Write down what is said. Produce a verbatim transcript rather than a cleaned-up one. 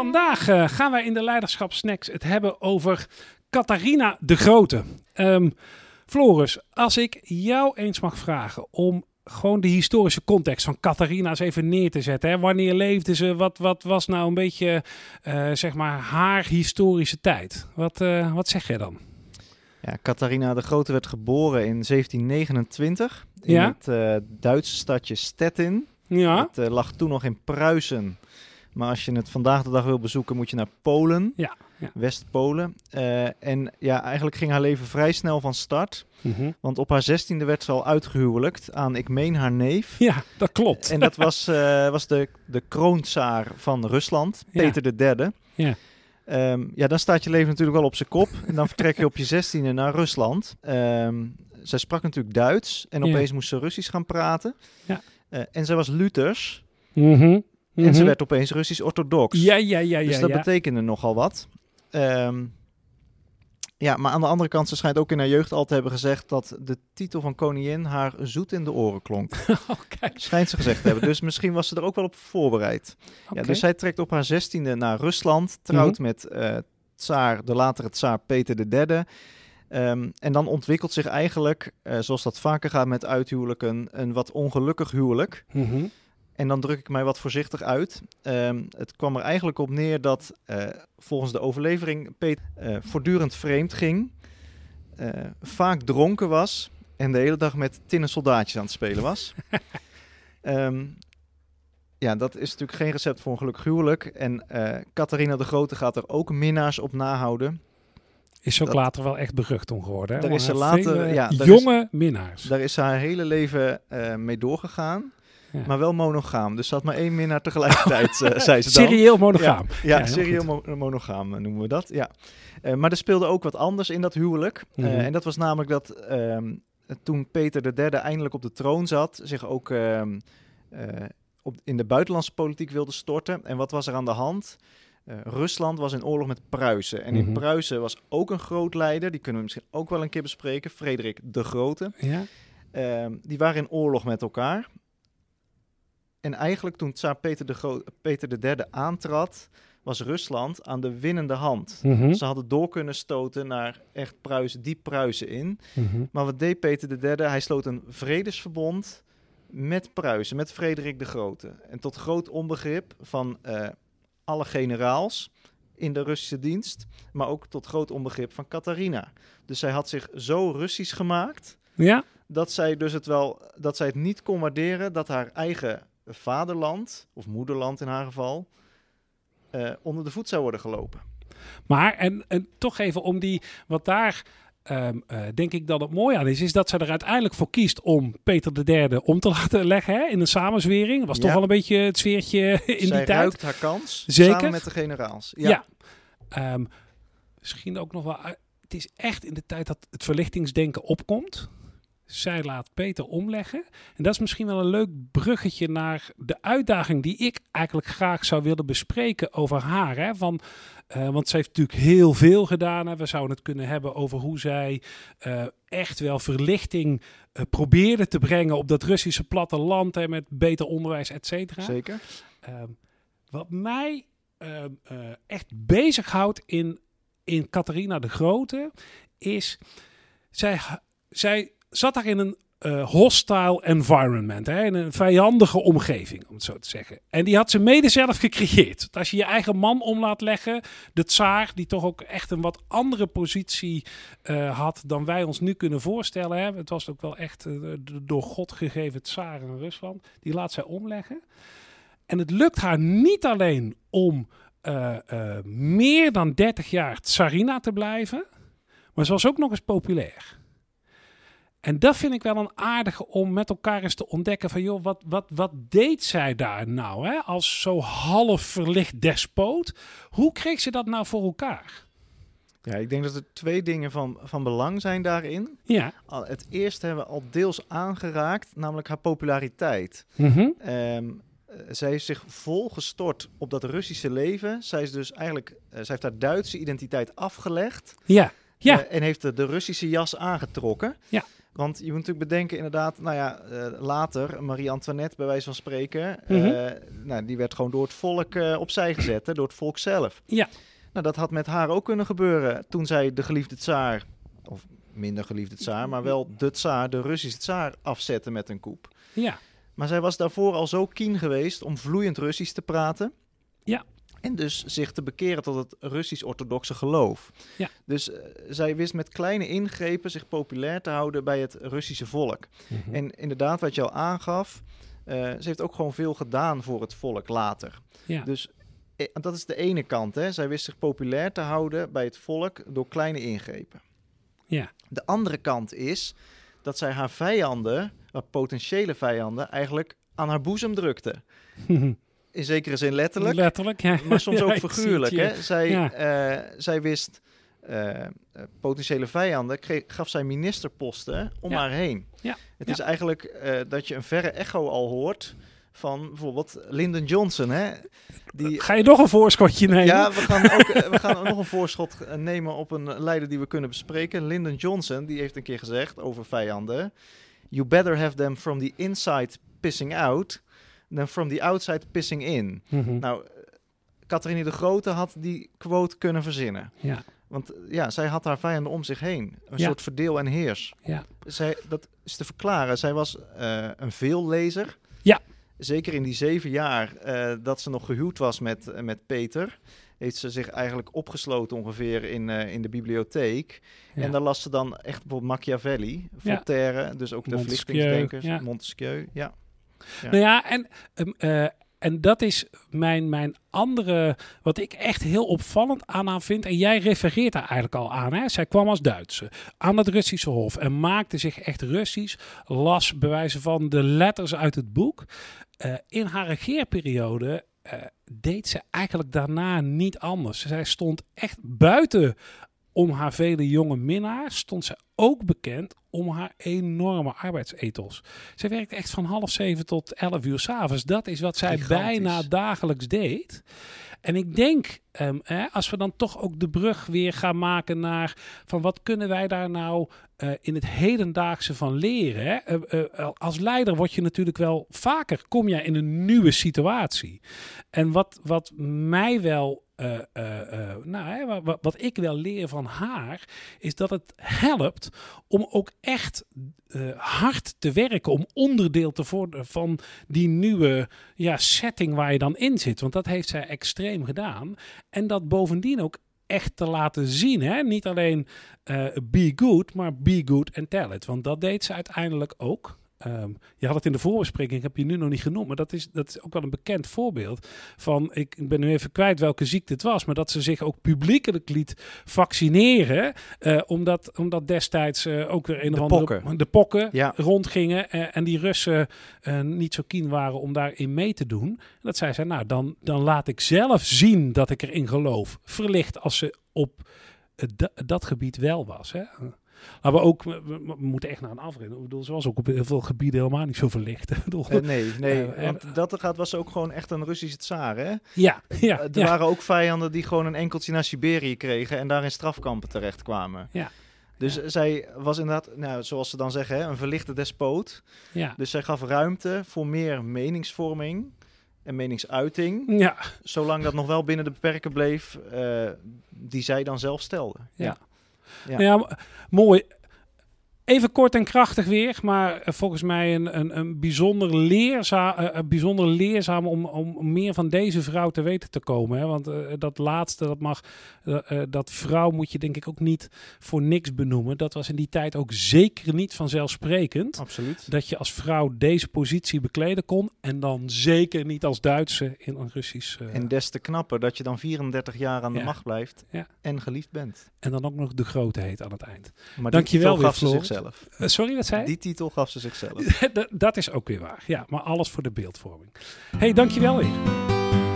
Vandaag uh, gaan wij in de Leiderschapssnacks het hebben over Catharina de Grote. Um, Floris, als ik jou eens mag vragen om gewoon de historische context van Catharina eens even neer te zetten. Hè? Wanneer leefde ze? Wat, wat was nou een beetje uh, zeg maar haar historische tijd? Wat, uh, wat zeg jij dan? Ja, Catharina de Grote werd geboren in zeventien negenentwintig in ja? het uh, Duitse stadje Stettin. Ja. Het uh, lag toen nog in Pruisen. Maar als je het vandaag de dag wil bezoeken, moet je naar Polen. Ja. Ja. West-Polen. Uh, en ja, eigenlijk ging haar leven vrij snel van start. Mm-hmm. Want op haar zestiende werd ze al uitgehuwelijkt aan, ik meen, haar neef. Ja, dat klopt. En dat was, uh, was de, de kroontsaar van Rusland, ja. Peter de Derde. Ja. Um, ja, dan staat je leven natuurlijk wel op zijn kop. En dan vertrek je op je zestiende naar Rusland. Um, zij sprak natuurlijk Duits. En opeens ja. moest ze Russisch gaan praten. Ja. Uh, en zij was Luthers. Mm-hmm. En mm-hmm. ze werd opeens Russisch-orthodox. Ja, ja, ja, ja. Dus dat ja. betekende nogal wat. Um, ja, maar aan de andere kant, ze schijnt ook in haar jeugd al te hebben gezegd dat de titel van koningin haar zoet in de oren klonk. Oh, kijk. Schijnt ze gezegd te hebben. Dus misschien was ze er ook wel op voorbereid. Okay. Ja, dus zij trekt op haar zestiende naar Rusland, trouwt mm-hmm. met uh, tsaar, de latere tsaar Peter de Derde. Um, en dan ontwikkelt zich eigenlijk, uh, zoals dat vaker gaat met uithuwelijken, een wat ongelukkig huwelijk. Mm-hmm. En dan druk ik mij wat voorzichtig uit. Um, het kwam er eigenlijk op neer dat uh, volgens de overlevering Peter uh, voortdurend vreemd ging, uh, vaak dronken was en de hele dag met tinnen soldaatjes aan het spelen was. um, ja, dat is natuurlijk geen recept voor een gelukkig huwelijk. En uh, Catharina de Grote gaat er ook minnaars op nahouden. Is ook dat, later wel echt berucht om geworden. Hè? Daar is ze later, ja, jonge is, minnaars. Daar is ze haar hele leven uh, mee doorgegaan. Ja. Maar wel monogaam. Dus ze had maar één minnaar tegelijkertijd, uh, zei ze dan. Serieel monogaam. Ja, ja, ja serieel mo- monogaam noemen we dat. Ja. Uh, maar er speelde ook wat anders in dat huwelijk. Mm-hmm. Uh, en dat was namelijk dat um, toen Peter de Derde eindelijk op de troon zat, zich ook um, uh, op, in de buitenlandse politiek wilde storten. En wat was er aan de hand? Uh, Rusland was in oorlog met Pruisen. En mm-hmm. in Pruisen was ook een groot leider. Die kunnen we misschien ook wel een keer bespreken. Frederik de Grote. Ja. Uh, die waren in oorlog met elkaar. En eigenlijk toen tsaar Peter de, Gro- Peter de Derde aantrad, was Rusland aan de winnende hand. Mm-hmm. Ze hadden door kunnen stoten naar echt Pruisen, diep Pruisen in. Mm-hmm. Maar wat deed Peter de Derde? Hij sloot een vredesverbond met Pruisen, met Frederik de Grote. En tot groot onbegrip van uh, alle generaals in de Russische dienst, maar ook tot groot onbegrip van Catharina. Dus zij had zich zo Russisch gemaakt, ja? dat zij dus het wel, dat zij het niet kon waarderen dat haar eigen vaderland, of moederland in haar geval, uh, onder de voet zou worden gelopen. Maar, en, en toch even om die, wat daar um, uh, denk ik dat het mooi aan is, is dat ze er uiteindelijk voor kiest om Peter de Derde om te laten leggen, hè, in een samenzwering. Dat was ja. toch wel een beetje het sfeertje in Zij die tijd. Zij ruikt haar kans, Zeker. Samen met de generaals. Ja. ja. Um, misschien ook nog wel, het is echt in de tijd dat het verlichtingsdenken opkomt. Zij laat Peter omleggen. En dat is misschien wel een leuk bruggetje naar de uitdaging die ik eigenlijk graag zou willen bespreken over haar. Hè? Van, uh, want ze heeft natuurlijk heel veel gedaan. Hè? We zouden het kunnen hebben over hoe zij uh, echt wel verlichting uh, probeerde te brengen op dat Russische platteland. Hè? Met beter onderwijs, et cetera. Zeker. Uh, wat mij uh, uh, echt bezighoudt in, in Catharina de Grote is, zij... zij zat daar in een uh, hostile environment, hè, in een vijandige omgeving, om het zo te zeggen. En die had ze mede zelf gecreëerd. Als je je eigen man om laat leggen, de tsaar, die toch ook echt een wat andere positie uh, had dan wij ons nu kunnen voorstellen. Hè. Het was ook wel echt uh, de door God gegeven tsaar in Rusland. Die laat zij omleggen. En het lukt haar niet alleen om uh, uh, meer dan dertig jaar tsarina te blijven, maar ze was ook nog eens populair. En dat vind ik wel een aardige om met elkaar eens te ontdekken van, joh, wat, wat, wat deed zij daar nou, hè? Als zo half verlicht despoot? Hoe kreeg ze dat nou voor elkaar? Ja, ik denk dat er twee dingen van, van belang zijn daarin. Ja. Het eerste hebben we al deels aangeraakt, namelijk haar populariteit. Mm-hmm. Um, zij heeft zich vol gestort op dat Russische leven. Zij is dus eigenlijk, uh, zij heeft haar Duitse identiteit afgelegd. Ja. Ja. Uh, en heeft de, de Russische jas aangetrokken. Ja. Want je moet natuurlijk bedenken, inderdaad, nou ja, uh, later, Marie-Antoinette, bij wijze van spreken, Mm-hmm. uh, nou, die werd gewoon door het volk uh, opzij gezet, hè, door het volk zelf. Ja. Nou, dat had met haar ook kunnen gebeuren toen zij de geliefde tsaar, of minder geliefde tsaar, maar wel de tsaar, de Russische tsaar, afzette met een coup. Ja. Maar zij was daarvoor al zo keen geweest om vloeiend Russisch te praten. Ja. En dus zich te bekeren tot het Russisch-orthodoxe geloof. Ja. Dus uh, zij wist met kleine ingrepen zich populair te houden bij het Russische volk. Mm-hmm. En inderdaad, wat je al aangaf, uh, ze heeft ook gewoon veel gedaan voor het volk later. Ja. Dus eh, dat is de ene kant. Hè. Zij wist zich populair te houden bij het volk door kleine ingrepen. Ja. De andere kant is dat zij haar vijanden, haar potentiële vijanden, eigenlijk aan haar boezem drukte. In zekere zin letterlijk, letterlijk ja. maar soms ja, ook figuurlijk. Hè? Zij, ja. uh, zij wist uh, potentiële vijanden, kreeg, gaf zij ministerposten om ja. haar heen. Ja. Het ja. is eigenlijk uh, dat je een verre echo al hoort van bijvoorbeeld Lyndon Johnson. Hè? Die, Ga je nog een voorschotje nemen? Ja, we gaan, ook, uh, we gaan nog een voorschot nemen op een leider die we kunnen bespreken. Lyndon Johnson, die heeft een keer gezegd over vijanden: You better have them from the inside pissing out than from the outside pissing in. Mm-hmm. Nou, Catharine de Grote had die quote kunnen verzinnen. Ja. Want ja, zij had haar vijanden om zich heen. Een ja. soort verdeel en heers. Ja. Zij, dat is te verklaren. Zij was uh, een veellezer. Ja. Zeker in die zeven jaar uh, dat ze nog gehuwd was met, uh, met Peter, heeft ze zich eigenlijk opgesloten ongeveer in, uh, in de bibliotheek. Ja. En daar las ze dan echt bijvoorbeeld Machiavelli, Voltaire, ja. dus ook de verlichtingsdenkers, ja. Montesquieu. Ja. Ja. Nou ja, en, um, uh, en dat is mijn, mijn andere, wat ik echt heel opvallend aan haar vind. En jij refereert daar eigenlijk al aan. Hè? Zij kwam als Duitse aan het Russische Hof en maakte zich echt Russisch. Las bij wijze van de letters uit het boek. Uh, in haar regeerperiode uh, deed ze eigenlijk daarna niet anders. Zij stond echt buiten om haar vele jonge minnaars, stond ze ook bekend om haar enorme arbeidsethos. Zij werkte echt van half zeven tot elf uur 's avonds. Dat is wat zij bijna dagelijks deed. En ik denk, um, hè, als we dan toch ook de brug weer gaan maken naar van wat kunnen wij daar nou uh, in het hedendaagse van leren. Hè? Uh, uh, als leider word je natuurlijk wel vaker, kom jij in een nieuwe situatie. En wat, wat mij wel Uh, uh, uh, nou, hè, wat, wat ik wel leer van haar, is dat het helpt om ook echt uh, hard te werken, om onderdeel te worden van die nieuwe ja, setting waar je dan in zit. Want dat heeft zij extreem gedaan. En dat bovendien ook echt te laten zien. Hè? Niet alleen uh, be good, maar be good and tell it. Want dat deed ze uiteindelijk ook. Um, je had het in de voorbespreking, heb je nu nog niet genoemd, maar dat is, dat is ook wel een bekend voorbeeld van, ik ben nu even kwijt welke ziekte het was, maar dat ze zich ook publiekelijk liet vaccineren, uh, omdat, omdat destijds uh, ook weer een de of andere pokken, de pokken ja. rondgingen uh, en die Russen uh, niet zo keen waren om daarin mee te doen. En dat zij zei, nou dan, dan laat ik zelf zien dat ik erin geloof, verlicht als ze op uh, d- dat gebied wel was, hè. Maar we, ook, we, we moeten echt naar een afrennen. Ik bedoel, ze was ook op heel veel gebieden helemaal niet zo verlicht. Uh, nee, nee uh, want uh, dat gaat, was ook gewoon echt een Russische tsaar, hè? Ja, ja. Uh, er ja. waren ook vijanden die gewoon een enkeltje naar Siberië kregen en daar in strafkampen terechtstkwamen. Ja. Dus ja. zij was inderdaad, nou, zoals ze dan zeggen, hè, een verlichte despoot. Ja. Dus zij gaf ruimte voor meer meningsvorming en meningsuiting. Ja. Zolang dat nog wel binnen de beperken bleef uh, die zij dan zelf stelde. Ja. ja. Ja. Nou ja, mooi. Even kort en krachtig weer, maar uh, volgens mij een, een, een bijzonder, leerza- uh, bijzonder leerzaam om, om meer van deze vrouw te weten te komen. Hè? Want uh, dat laatste, dat mag, uh, uh, dat vrouw moet je denk ik ook niet voor niks benoemen. Dat was in die tijd ook zeker niet vanzelfsprekend. Absoluut. Dat je als vrouw deze positie bekleden kon en dan zeker niet als Duitse in een Russisch... Uh... En des te knapper dat je dan vierendertig jaar aan de ja. macht blijft ja. en geliefd bent. En dan ook nog de grote heet aan het eind. Maar dankjewel gaf weer, ze zichzelf. Uh, sorry, wat zei je? Die titel gaf ze zichzelf. D- dat is ook weer waar. Ja, maar alles voor de beeldvorming. Hey, dankjewel weer.